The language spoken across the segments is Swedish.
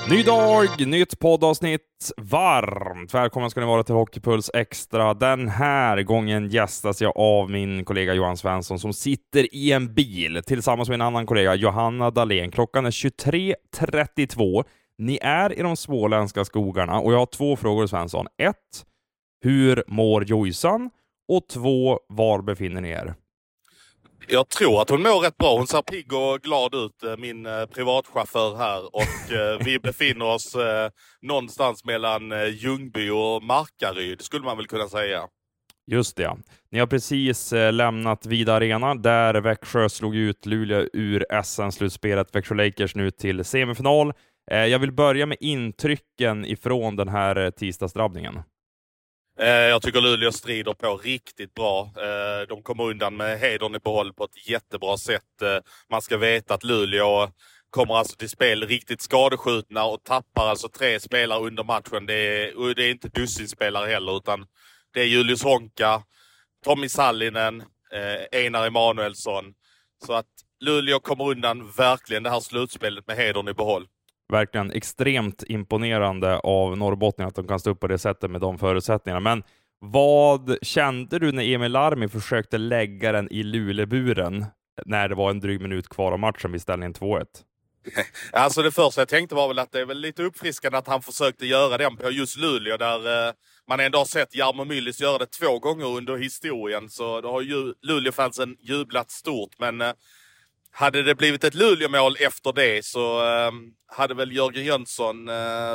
Ny dag, nytt poddavsnitt. Varmt välkommen ska ni vara till Hockeypuls Extra. Den här gången gästas jag av min kollega Johan Svensson som sitter i en bil tillsammans med en annan kollega, Johanna Dahlén. Klockan är 23:32. Ni är i de småländska skogarna och jag har två frågor, Svensson. 1. Hur mår Jojsan? Och 2. Var befinner ni er? Jag tror att hon mår rätt bra. Hon ser pigg och glad ut, min privatchaufför här. Och vi befinner oss någonstans mellan Ljungby och Markaryd, skulle man väl kunna säga. Just det. Ni har precis lämnat Vida Arena där Växjö slog ut Luleå ur SM-slutspelet. Växjö Lakers nu till semifinal. Jag vill börja med intrycken ifrån den här tisdagsdrabbningen. Jag tycker Luleå strider på riktigt bra. De kommer undan med hedern i behåll på ett jättebra sätt. Man ska veta att Luleå kommer alltså till spel riktigt skadeskjutna och tappar alltså 3 spelare under matchen. Det är inte dussinspelare heller, utan det är Julius Honka, Tommy Sallinen, Einar Emanuelsson. Så att Luleå kommer undan verkligen det här slutspelet med hedern i behåll. Verkligen extremt imponerande av Norrbotten att de kan stå upp på det sättet med de förutsättningarna. Men vad kände du när Emil Larmi försökte lägga den i Luleåburen när det var en dryg minut kvar av matchen vid ställningen 2-1? Alltså det första jag tänkte var väl att det är väl lite uppfriskande att han försökte göra den på just Luleå, där man ändå har sett Jarmo Myllys göra det 2 gånger under historien. Så då har ju Luleå-fansen jublat stort, men hade det blivit ett Luleå-mål efter det så hade väl Jörgen Jönsson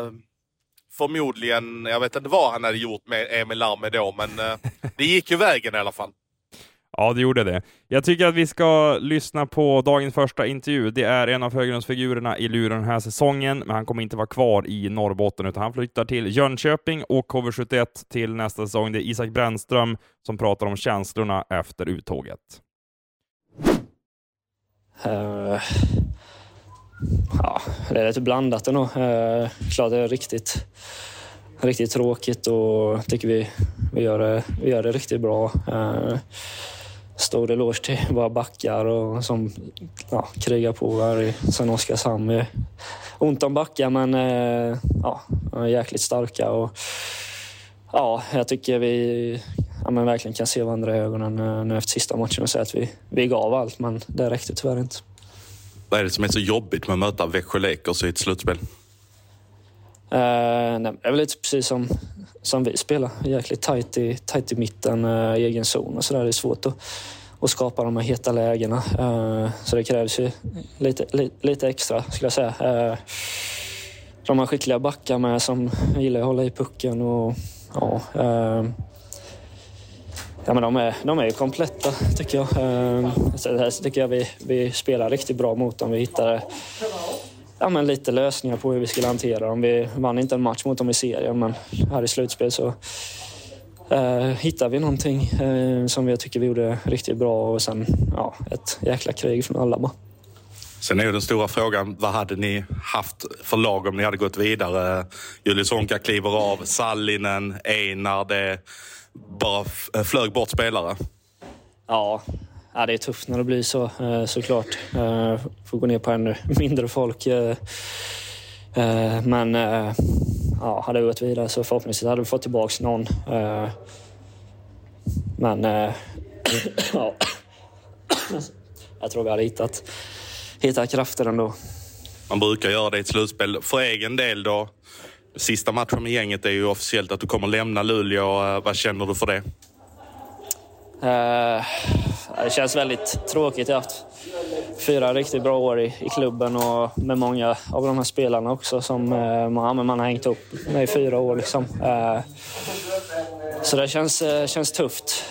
förmodligen, jag vet inte vad han hade gjort med Emil Larmi då, men det gick ju vägen i alla fall. Ja, det gjorde det. Jag tycker att vi ska lyssna på dagens första intervju. Det är en av högrumsfigurerna i Luleå den här säsongen, men han kommer inte vara kvar i Norrbotten utan han flyttar till Jönköping och HV71 till nästa säsong. Det är Isak Brännström som pratar om känslorna efter uttåget. Ja, det är lite blandat ändå. Klart det är riktigt tråkigt och tycker vi gör det riktigt bra. Stor eloge till våra backar och som krigar på här i Sen Oskarshamn. Ont om backar, men är jäkligt starka och jag tycker vi verkligen kan se varandra i ögonen nu efter sista matchen och säga att vi gav allt, men det räckte tyvärr inte. Vad är det som är så jobbigt med att möta Växjö Lakers i ett slutspel? Det är väl lite precis som vi spelar. Jäkligt tajt i mitten, egen zon och sådär. Det är svårt att skapa de här heta lägena. Så det krävs ju lite extra, skulle jag säga. De har skickliga backar med som gillar att hålla i pucken och men de är ju kompletta, tycker jag. Så det här tycker jag vi spelar riktigt bra mot dem. Vi hittade lite lösningar på hur vi skulle hantera dem. Vi vann inte en match mot dem i serien, men här i slutspel så hittade vi någonting som jag tycker vi gjorde riktigt bra. Och sen ett jäkla krig från alla bara. Sen är ju den stora frågan, vad hade ni haft för lag om ni hade gått vidare? Julius Honka kliver av, Sallinen, Einar, det bara flög bort spelare. Ja, det är tufft när det blir så, såklart. Får gå ner på ännu mindre folk. Men hade jag gått vidare så förhoppningsvis hade vi fått tillbaka någon. Men jag tror vi hade hittat krafter ändå. Man brukar göra det i ett slutspel. För egen del då, sista matchen med gänget är ju officiellt att du kommer lämna Luleå. Vad känner du för det? Det känns väldigt tråkigt. Jag har haft 4 riktigt bra år i klubben och med många av de här spelarna också som man har hängt upp med i 4 år. Liksom. Så det känns tufft.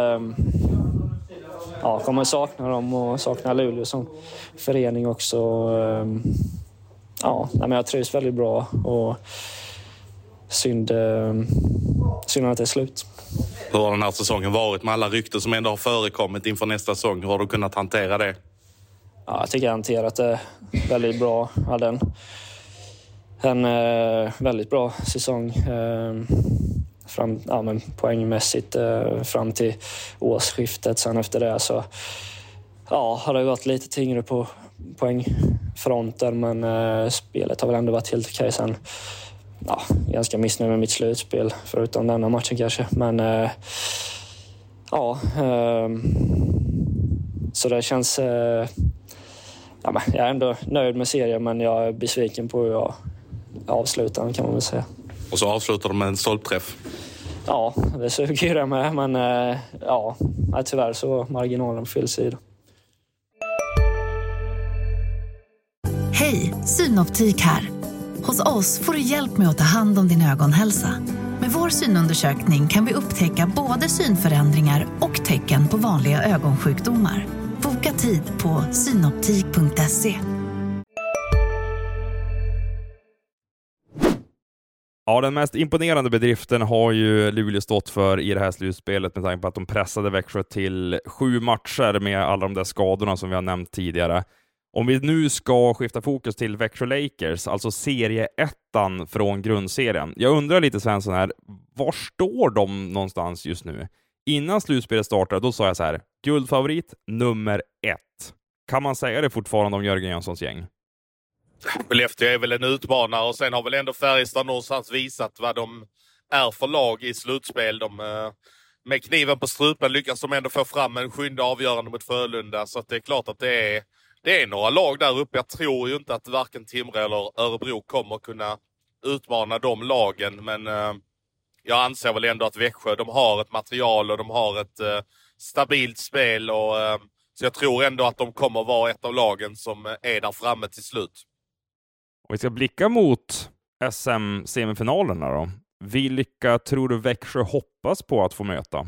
Kommer sakna dem och sakna Luleå som förening också. Men jag trivs väldigt bra och synd att det är slut. Hur har den här säsongen varit med alla rykten som ändå har förekommit inför nästa säsong? Hur har du kunnat hantera det? Ja, jag tycker jag har hanterat det väldigt bra. Jag hade en väldigt bra säsong poängmässigt fram till årsskiftet. Sen efter det så har det gått lite tyngre på poängfronten, men spelet har väl ändå varit helt okej sen. Ja, ganska missnöjd med mitt slutspel, förutom denna matchen kanske. Men så det känns... men jag är ändå nöjd med serien, men jag är besviken på hur jag avslutar, kan man väl säga. Och så avslutar de med en stolpträff. Ja, det suger ju det med, men tyvärr så marginalen fel sida. Hej, Synoptik här. Hos oss får du hjälp med att ta hand om din ögonhälsa. Med vår synundersökning kan vi upptäcka både synförändringar och tecken på vanliga ögonsjukdomar. Boka tid på synoptik.se. Ja, den mest imponerande bedriften har ju Luleå stått för i det här slutspelet, med tanke på att de pressade Växjö till 7 matcher med alla de där skadorna som vi har nämnt tidigare. Om vi nu ska skifta fokus till Växjö Lakers, alltså serieettan från grundserien. Jag undrar lite, Svensson här, var står de någonstans just nu? Innan slutspelet startade, då sa jag så här: guldfavorit nummer 1. Kan man säga det fortfarande om Jörgen Jönssons gäng? Skellefteå är väl en utmanare, och sen har väl ändå Färjestad någonstans visat vad de är för lag i slutspel. De, med kniven på strupen lyckas de ändå få fram en 7:e avgörande mot Frölunda, så att det är klart att det är några lag där uppe. Jag tror ju inte att varken Timrå eller Örebro kommer kunna utmana de lagen, men jag anser väl ändå att Växjö, de har ett material och de har ett stabilt spel, och så jag tror ändå att de kommer vara ett av lagen som är där framme till slut. Om vi ska blicka mot SM-semifinalerna då. Vilka tror du Växjö hoppas på att få möta?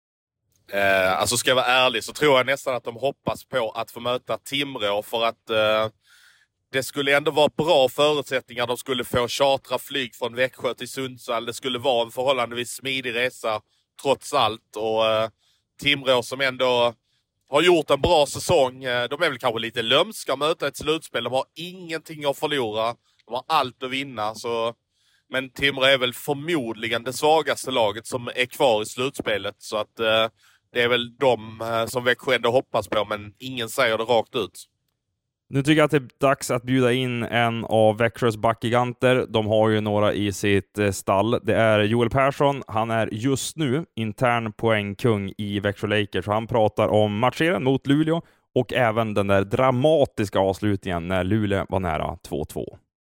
Alltså ska jag vara ärlig så tror jag nästan att de hoppas på att få möta Timrå, för att det skulle ändå vara bra förutsättningar. De skulle få chartra flyg från Växjö till Sundsvall. Det skulle vara en förhållandevis smidig resa trots allt, och Timrå som ändå har gjort en bra säsong. De är väl kanske lite lömska att möta ett slutspel. De har ingenting att förlora. De har allt att vinna. Men Timrå är väl förmodligen det svagaste laget som är kvar i slutspelet. Så att det är väl de som Växjö ändå hoppas på, men ingen säger det rakt ut. Nu tycker jag att det är dags att bjuda in en av Växjös backgiganter. De har ju några i sitt stall. Det är Joel Persson. Han är just nu intern poängkung i Växjö Lakers. Han pratar om matchserien mot Luleå och även den där dramatiska avslutningen när Luleå var nära 2-2.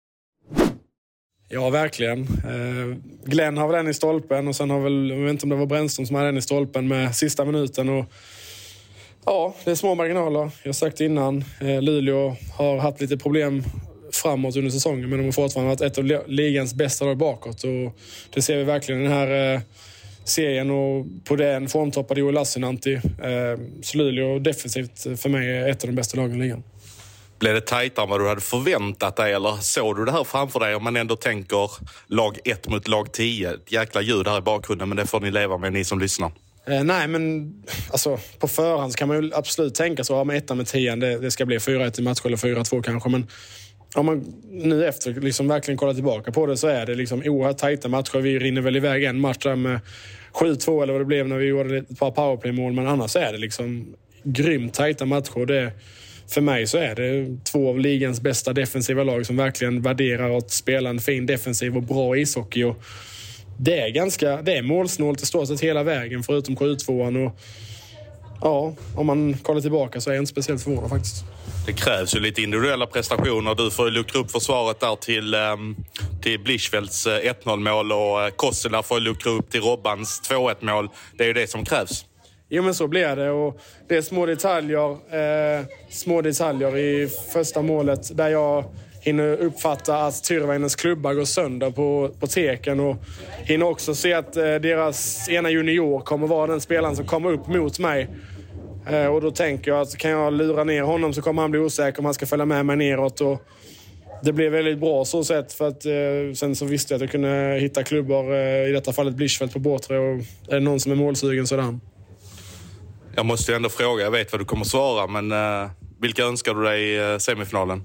Ja, verkligen. Glenn har väl den i stolpen, och sen har väl, jag vet inte om det var Brännström som hade den i stolpen med sista minuten. Och ja, det är små marginaler. Jag har sagt innan, Luleå har haft lite problem framåt under säsongen, men de har fortfarande varit ett av ligans bästa lag bakåt. Och det ser vi verkligen i den här serien, och på den formtoppade Joel Lassinantti. Så Luleå defensivt för mig är ett av de bästa lagen i ligan. Blev det tajtare än vad du hade förväntat dig, eller såg du det här framför dig om man ändå tänker lag 1 mot lag 10? Ett jäkla ljud här i bakgrunden, men det får ni leva med, ni som lyssnar. Nej, men alltså, på förhand så kan man ju absolut tänka så. Med 1 med 10, det ska bli 4-1 i match eller 4-2 kanske. Men om man nu efter liksom verkligen kollar tillbaka på det, så är det liksom oerhört tajta matcher. Vi rinner väl iväg en match där med 7-2 eller vad det blev när vi gjorde ett par powerplay-mål. Men annars är det liksom grymt tajta matcher. För mig så är det 2 av ligans bästa defensiva lag som verkligen värderar att spela en fin defensiv och bra ishockey. Och det är målsnålt i stort sett hela vägen förutom K2. Och ja, om man kollar tillbaka så är jag inte speciellt förvånad faktiskt. Det krävs ju lite individuella prestationer. Du får ju luckra upp försvaret där till Blischfeldts 1-0-mål, och Kossela får luckra upp till Robbans 2-1-mål. Det är ju det som krävs. Jo, men så blir det, och det är små detaljer i första målet där jag hinner uppfatta att Tyrväinens klubba går sönder på teken, och hinner också se att deras ena junior kommer vara den spelaren som kommer upp mot mig. Och då tänker jag att kan jag lura ner honom så kommer han bli osäker om han ska följa med mig neråt, och det blev väldigt bra så sett, för att sen så visste jag att jag kunde hitta klubbar, i detta fallet Blischfeldt på Båtre, och är det någon som är målsugen så är det han. Jag måste ju ändå fråga, jag vet vad du kommer svara, men vilka önskar du dig i semifinalen?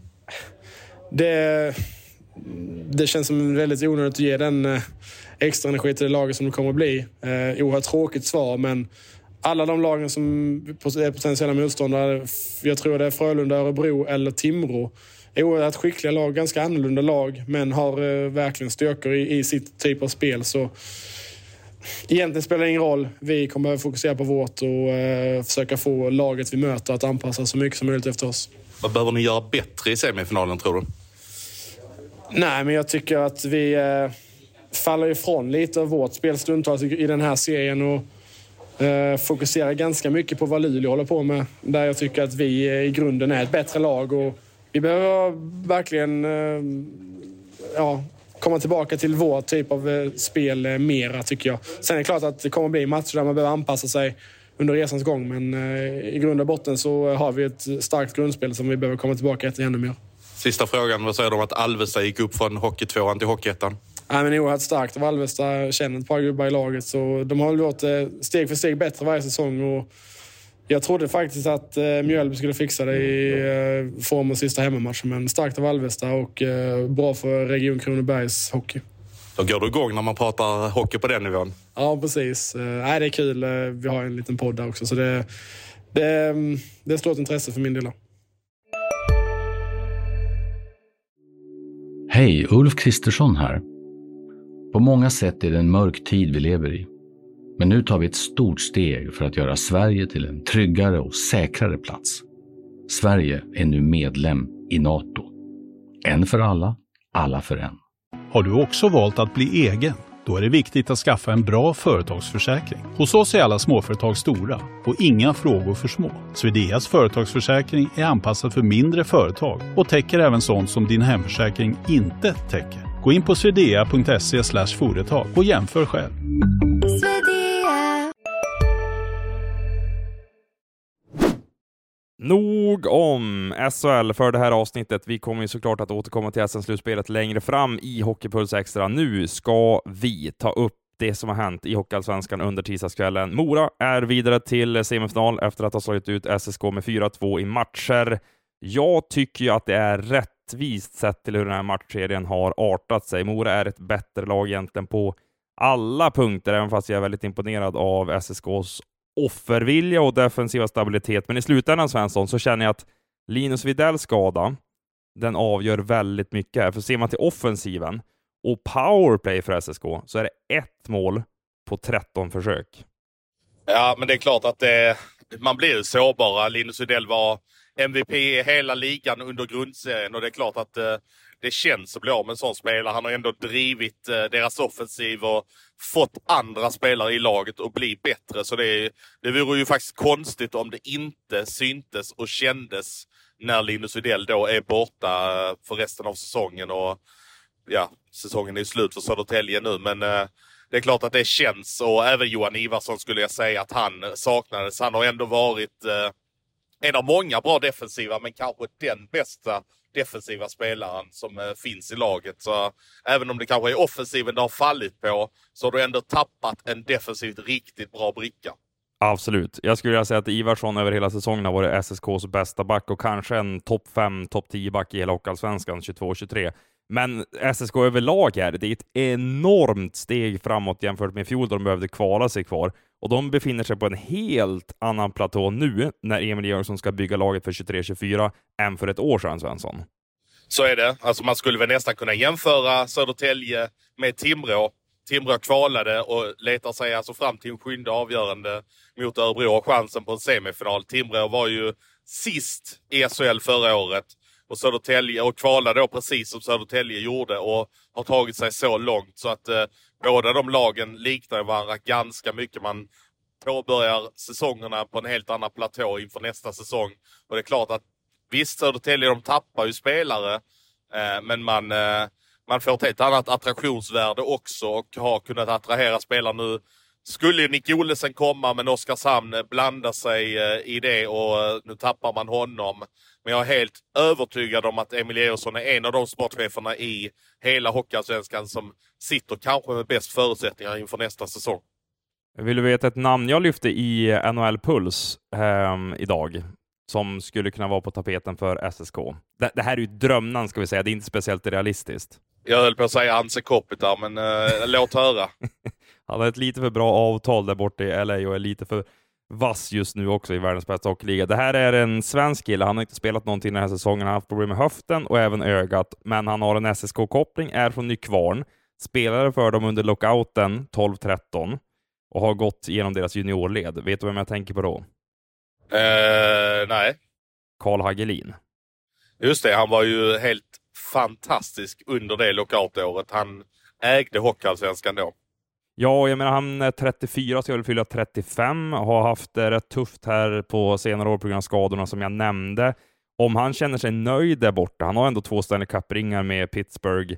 Det känns som väldigt onödigt att ge den extra energi till det laget som det kommer att bli. Oerhört tråkigt svar, men alla de lagen som är potentiella motståndare, jag tror det är Frölunda, Örebro eller Timrå, är oerhört skickliga lag, ganska annorlunda lag, men har verkligen styrkor i sitt typ av spel. Så egentligen spelar det ingen roll. Vi kommer att fokusera på vårt och försöka få laget vi möter att anpassa så mycket som möjligt efter oss. Vad behöver ni göra bättre i semifinalen, tror du? Nej, men jag tycker att vi faller ifrån lite av vårt spel stundtals i den här serien och fokuserar ganska mycket på vad Luleå håller på med. Där jag tycker att vi i grunden är ett bättre lag och vi behöver verkligen komma tillbaka till vår typ av spel mera, tycker jag. Sen är det klart att det kommer bli matcher där man behöver anpassa sig under resans gång, men i grund och botten så har vi ett starkt grundspel som vi behöver komma tillbaka till ännu mer. Sista frågan, vad säger du om att Alvesta gick upp från Hockey-2 till Hockey-1? Nej, men oerhört starkt av Alvesta, känner ett par gubbar i laget, så de har gjort steg för steg bättre varje säsong och jag trodde faktiskt att Mjölby skulle fixa det i form av sista hemmamatchen, men starkt av Alvesta och bra för Region Kronobergs hockey. Då går du igång när man pratar hockey på den nivån. Ja, precis. Nej, det är kul. Vi har en liten podd där också, så det är stort intresse för min del. Hej, Ulf Kristersson här. På många sätt är det en mörk tid vi lever i. Men nu tar vi ett stort steg för att göra Sverige till en tryggare och säkrare plats. Sverige är nu medlem i NATO. En för alla, alla för en. Har du också valt att bli egen? Då är det viktigt att skaffa en bra företagsförsäkring. Hos oss är alla småföretag stora och inga frågor för små. Swedeas företagsförsäkring är anpassad för mindre företag och täcker även sånt som din hemförsäkring inte täcker. Gå in på swedea.se/företag och jämför själv. Nog om SHL för det här avsnittet. Vi kommer ju såklart att återkomma till SM-slutspelet längre fram i Hockeypuls Extra. Nu ska vi ta upp det som har hänt i Hockeyallsvenskan under tisdagskvällen. Mora är vidare till semifinal efter att ha slagit ut SSK med 4-2 i matcher. Jag tycker ju att det är rättvist sett till hur den här matchserien har artat sig. Mora är ett bättre lag egentligen på alla punkter, även fast jag är väldigt imponerad av SSKs offervilja och defensiva stabilitet. Men i slutändan, Svensson, så känner jag att Linus Widells skada, den avgör väldigt mycket här. För ser man till offensiven och powerplay för SSK så är det 1 mål på 13 försök. Ja, men det är klart att man blir ju sårbara. Linus Widell var MVP i hela ligan under grundserien och det är klart att det känns att bli av med en sån spelare. Han har ändå drivit deras offensiv och fått andra spelare i laget att bli bättre. Så det vore ju faktiskt konstigt om det inte syntes och kändes när Linus Widell då är borta för resten av säsongen. Och ja, säsongen är slut för Södertälje nu, men det är klart att det känns. Och även Johan Ivarsson skulle jag säga att han saknades. Han har ändå varit en av många bra defensiva, men kanske den bästa defensiva spelaren som finns i laget. Så även om det kanske är offensiven det har fallit på, så har du ändå tappat en defensivt riktigt bra bricka. Absolut. Jag skulle vilja säga att Ivarsson över hela säsongen har varit SSKs bästa back och kanske en topp 5, topp 10 back i hela Hockeyallsvenskan 22-23. Men SSK överlag är det är ett enormt steg framåt jämfört med fjol då de behövde kvala sig kvar. Och de befinner sig på en helt annan platå nu när Emil Jönsson ska bygga laget för 23-24 än för ett år sedan, Svensson. Så är det. Alltså man skulle väl nästan kunna jämföra Södertälje med Timrå. Timrå kvalade och letar sig alltså fram till en 7:e avgörande mot Örebro och chansen på en semifinal. Timrå var ju sist i SHL förra året och Södertälje och kvalade då precis som Södertälje gjorde och har tagit sig så långt så att båda de lagen liknar varandra ganska mycket. Man påbörjar säsongerna på en helt annan platå inför nästa säsong. Och det är klart att visst, Södertälje de tappar ju spelare, men man får ett helt annat attraktionsvärde också och har kunnat attrahera spelare nu. Skulle Nick Olesen komma, men Oskarshamn blandar sig i det och nu tappar man honom. Men jag är helt övertygad om att Emil Jönsson är en av de sportcheferna i hela Hockeyallsvenskan som sitter kanske med bäst förutsättningar inför nästa säsong. Vill du veta ett namn jag lyfte i NHL Puls idag som skulle kunna vara på tapeten för SSK? Det här är ju drömnan, ska vi säga. Det är inte speciellt realistiskt. Jag höll på att säga Anse Kopitar, men låt höra. Han har ett lite för bra avtal där borta i LA och är lite för vass just nu också i världens bästa hockeyliga. Det här är en svensk kille. Han har inte spelat någonting den här säsongen. Han har haft problem med höften och även ögat. Men han har en SSK-koppling, är från Nykvarn. Spelade för dem under lockouten 12-13 och har gått igenom deras juniorled. Vet du vem jag tänker på då? Nej. Carl Hagelin. Just det, han var ju helt fantastisk under det lockoutåret. Han ägde Hockeyallsvenskan då. Ja, jag menar han är 34, så jag vill fylla 35. Har haft det rätt tufft här på senare år på grund av skadorna som jag nämnde. Om han känner sig nöjd där borta, han har ändå 2 Stanley Cup-ringar med Pittsburgh.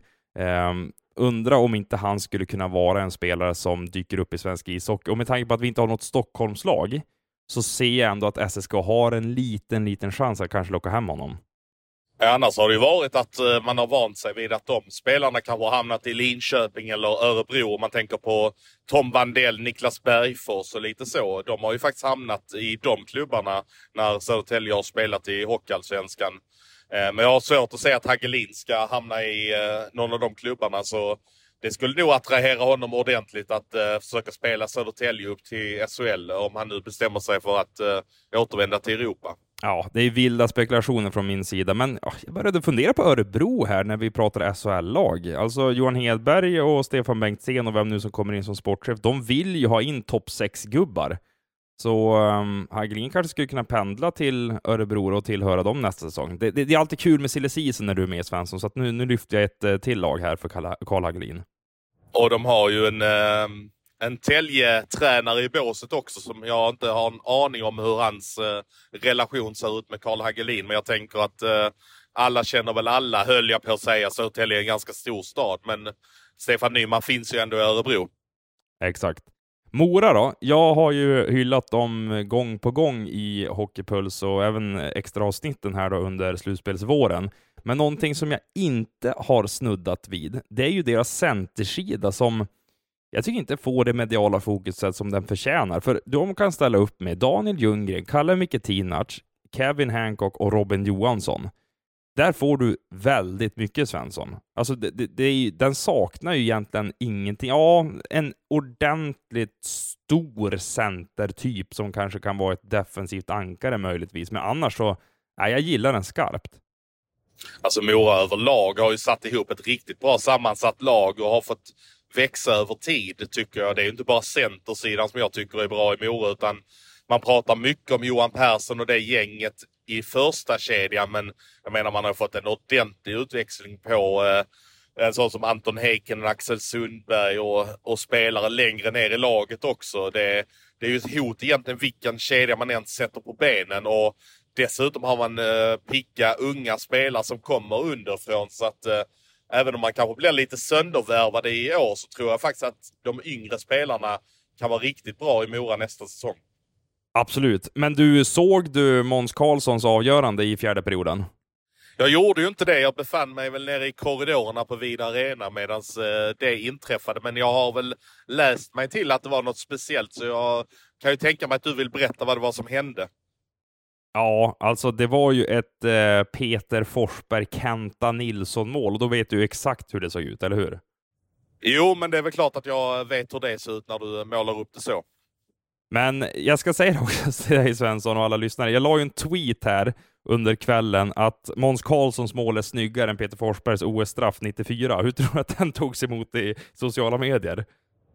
Undra om inte han skulle kunna vara en spelare som dyker upp i svensk ishockey. Och med tanke på att vi inte har något Stockholmslag så ser jag ändå att SSK har en liten chans att kanske locka hem honom. Annars har det ju varit att man har vant sig vid att de spelarna kan ha hamnat i Linköping eller Örebro. Man tänker på Tom Vandell, Niklas Bergfors och lite så. De har ju faktiskt hamnat i de klubbarna när Södertälje har spelat i Hockeyallsvenskan. Men jag har svårt att säga att Hagelin ska hamna i någon av de klubbarna, så det skulle nog attrahera honom ordentligt att försöka spela Södertälje upp till SHL om han nu bestämmer sig för att återvända till Europa. Ja, det är vilda spekulationer från min sida, men jag började fundera på Örebro här när vi pratar SHL-lag. Alltså Johan Hedberg och Stefan Bengtzén och vem nu som kommer in som sportchef, de vill ju ha in topp 6-gubbar. Så Hagelin kanske skulle kunna pendla till Örebro och tillhöra dem nästa säsong. Det är alltid kul med silly season när du är med, Svensson, så att nu lyfter jag ett till lag här för Carl Hagelin. Och de har ju en Tälje-tränare i båset också som jag inte har en aning om hur hans relation ser ut med Carl Hagelin. Men jag tänker att alla känner väl alla, höll jag på att säga, så Tälje är en ganska stor stad. Men Stefan Nyman finns ju ändå i Örebro. Exakt. Mora då? Jag har ju hyllat dem gång på gång i Hockeypuls och även extra avsnitten här då under slutspelsvåren. Men någonting som jag inte har snuddat vid, det är ju deras centersida som jag tycker inte får det mediala fokuset som den förtjänar. För de kan ställa upp med Daniel Ljunggren, Kalle Miketinac, Kevin Hancock och Robin Johansson. Där får du väldigt mycket, Svensson. Alltså den saknar ju egentligen ingenting. Ja, en ordentligt stor centertyp som kanske kan vara ett defensivt ankare möjligtvis. Men annars så, jag gillar den skarpt. Alltså Mora överlag har ju satt ihop ett riktigt bra sammansatt lag och har fått växa över tid, tycker jag. Det är ju inte bara centersidan som jag tycker är bra i Mora, utan man pratar mycket om Johan Persson och det gänget i första kedjan, men jag menar man har fått en ordentlig utväxling på en sån som Anton Heiken och Axel Sundberg och spelare längre ner i laget också. Det är ju ett hot egentligen vilken kedja man än sätter på benen, och dessutom har man pigga unga spelare som kommer underifrån, så att även om man kanske blir lite söndervärvade i år, så tror jag faktiskt att de yngre spelarna kan vara riktigt bra i Mora nästa säsong. Absolut. Men såg du Måns Karlssons avgörande i fjärde perioden? Jag gjorde ju inte det. Jag befann mig väl nere i korridorerna på Vida Arena medan det inträffade. Men jag har väl läst mig till att det var något speciellt, så jag kan ju tänka mig att du vill berätta vad det var som hände. Ja, alltså det var ju ett Peter Forsberg-Kenta Nilsson-mål, och då vet du exakt hur det såg ut, eller hur? Jo, men det är väl klart att jag vet hur det ser ut när du målar upp det så. Men jag ska säga också till dig, Svensson, och alla lyssnare. Jag la ju en tweet här under kvällen att Måns Karlssons mål är snyggare än Peter Forsbergs OS-straff 94. Hur tror du att den togs emot i sociala medier?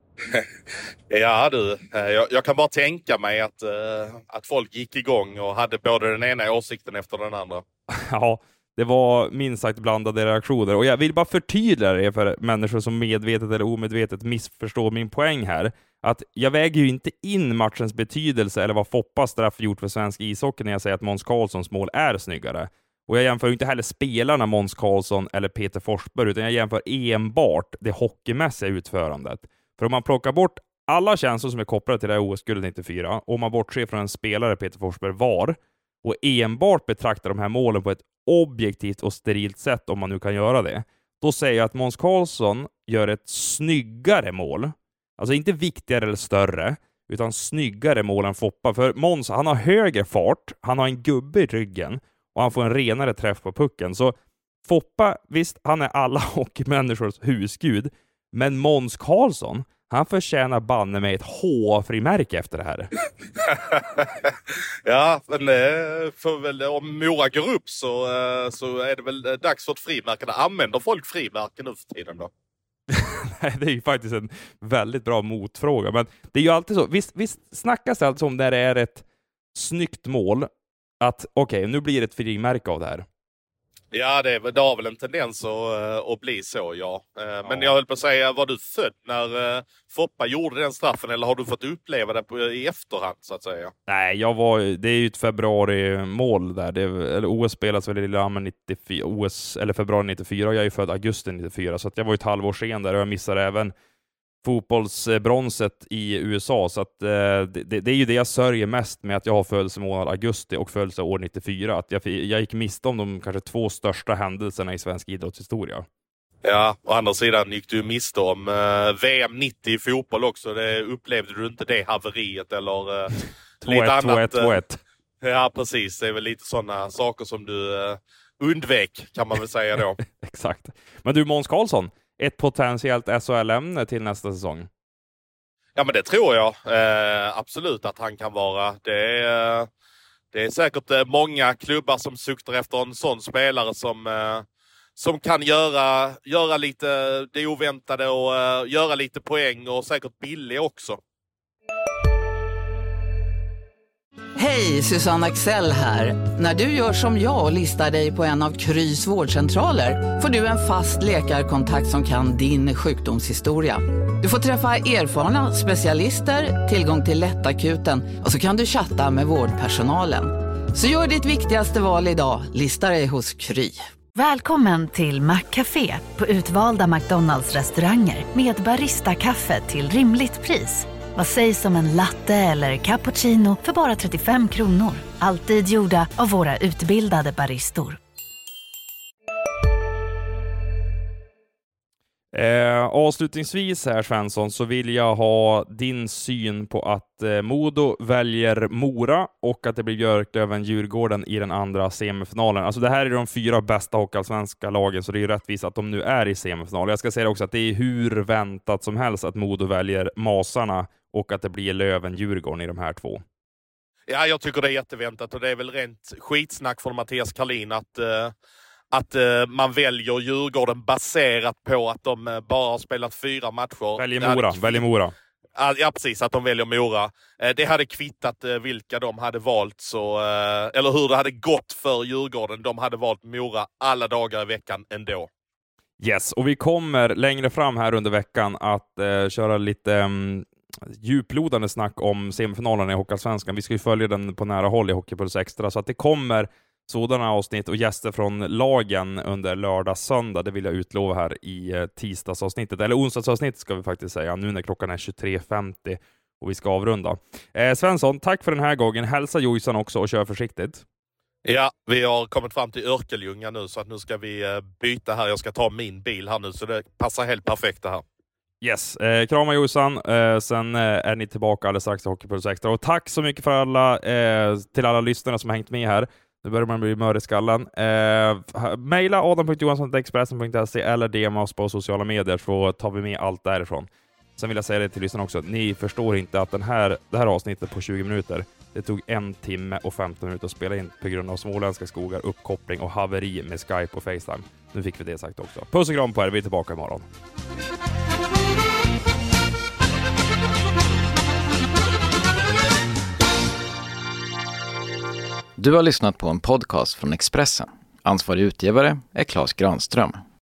Ja du, jag kan bara tänka mig att folk gick igång och hade både den ena åsikten efter den andra. Ja, det var minst sagt blandade reaktioner. Och jag vill bara förtydliga det för människor som medvetet eller omedvetet missförstår min poäng här. Att jag väger ju inte in matchens betydelse eller vad Foppas straff gjort för svensk ishockey när jag säger att Måns Karlssons mål är snyggare. Och jag jämför inte heller spelarna Måns Karlsson eller Peter Forsberg, utan jag jämför enbart det hockeymässiga utförandet. För om man plockar bort alla känslor som är kopplade till det här OS-guldet 94, och man bortser från en spelare Peter Forsberg var, och enbart betraktar de här målen på ett objektivt och sterilt sätt, om man nu kan göra det, då säger jag att Måns Karlsson gör ett snyggare mål. Alltså inte viktigare eller större, utan snyggare mål än Foppa. För Måns, han har högre fart, han har en gubbe i ryggen och han får en renare träff på pucken. Så Foppa, visst, han är alla hockeymänniskors husgud, men Måns Karlsson, han förtjänar banne med ett H-frimärke efter det här. Ja, men för väl, om Mora går upp så är det väl dags för ett frimärke. Använder folk frimärken nu för tiden då? Nej, det är ju faktiskt en väldigt bra motfråga. Men det är ju alltid så. Visst snackas det alltså om när det är ett snyggt mål att okej, nu blir det ett frimärke av det här. Ja, det har väl en tendens att bli så, ja. Men jag höll på att säga, var du född när Foppa gjorde den straffen, eller har du fått uppleva det i efterhand, så att säga? Nej, det är ju ett februari-mål där. Eller OS spelas väl i Lillehammer 94, eller februari 94, och jag är ju född augusti 94, så att jag var ju ett halvår sen där, och jag missade även fotbollsbronset i USA, så att det är ju det jag sörjer mest med, att jag har födelsemånad augusti och födelseår 94, att jag gick miste om de kanske 2 största händelserna i svensk idrottshistoria. Ja, å andra sidan gick du miste om VM 90 i fotboll också. Upplevde du inte det haveriet eller lite annat? 2-1. Ja, precis. Det är väl lite sådana saker som du undvek, kan man väl säga då. Exakt. Men du, Måns Karlsson, ett potentiellt SHL-ämne till nästa säsong? Ja, men det tror jag absolut att han kan vara. Det är säkert många klubbar som suktar efter en sån spelare som kan göra lite det oväntade och göra lite poäng, och säkert billig också. Hej, Susanne Axel här. När du gör som jag och listar dig på en av Krys vårdcentraler får du en fast läkarkontakt som kan din sjukdomshistoria. Du får träffa erfarna specialister, tillgång till lättakuten och så kan du chatta med vårdpersonalen. Så gör ditt viktigaste val idag, lista dig hos Kry. Välkommen till McCafé på utvalda McDonalds-restauranger med Barista-kaffe till rimligt pris. Vad sägs om en latte eller cappuccino för bara 35 kronor? Alltid gjorda av våra utbildade baristor. Avslutningsvis här, Svensson, så vill jag ha din syn på att Modo väljer Mora och att det blir Björklöven-Djurgården i den andra semifinalen. Alltså det här är de 4 bästa hockeyallsvenska lagen, så det är ju rättvist att de nu är i semifinal. Jag ska säga också att det är hur väntat som helst att Modo väljer Masarna och att det blir Löven-Djurgården i de här 2. Ja, jag tycker det är jätteväntat, och det är väl rent skitsnack från Mattias Karlin att man väljer Djurgården baserat på att de bara har spelat 4 matcher. Väljer Mora. Ja, precis, att de väljer Mora. Det hade kvittat vilka de hade valt, eller hur det hade gått för Djurgården. De hade valt Mora alla dagar i veckan ändå. Yes, och vi kommer längre fram här under veckan att köra lite djuplodande snack om semifinalerna i Hockeyallsvenskan. Vi ska ju följa den på nära håll i Hockeypuls Extra, så att det kommer sådana avsnitt och gäster från lagen under lördag, söndag. Det vill jag utlova här i tisdagsavsnittet, eller onsdagsavsnittet ska vi faktiskt säga, nu när klockan är 23.50 och vi ska avrunda. Svensson, tack för den här gången. Hälsa Jojsan också och kör försiktigt. Ja, vi har kommit fram till Örkelljunga nu, så att nu ska vi byta här. Jag ska ta min bil här nu, så det passar helt perfekt det här. Yes, krama Jojsan, sen är ni tillbaka alldeles strax i Hockeypuls Extra. Och tack så mycket för till alla lyssnare som har hängt med här. Nu börjar man bli mör i skallen. Maila adam.johansson@expressen.se eller DMa oss på sociala medier, så tar vi med allt därifrån. Sen vill jag säga det till lyssnarna också. Ni förstår inte att det här avsnittet på 20 minuter, det tog 1 timme och 15 minuter att spela in på grund av småländska skogar, uppkoppling och haveri med Skype och FaceTime. Nu fick vi det sagt också. Puss och kram på er, vi är tillbaka imorgon. Du har lyssnat på en podcast från Expressen. Ansvarig utgivare är Claes Granström.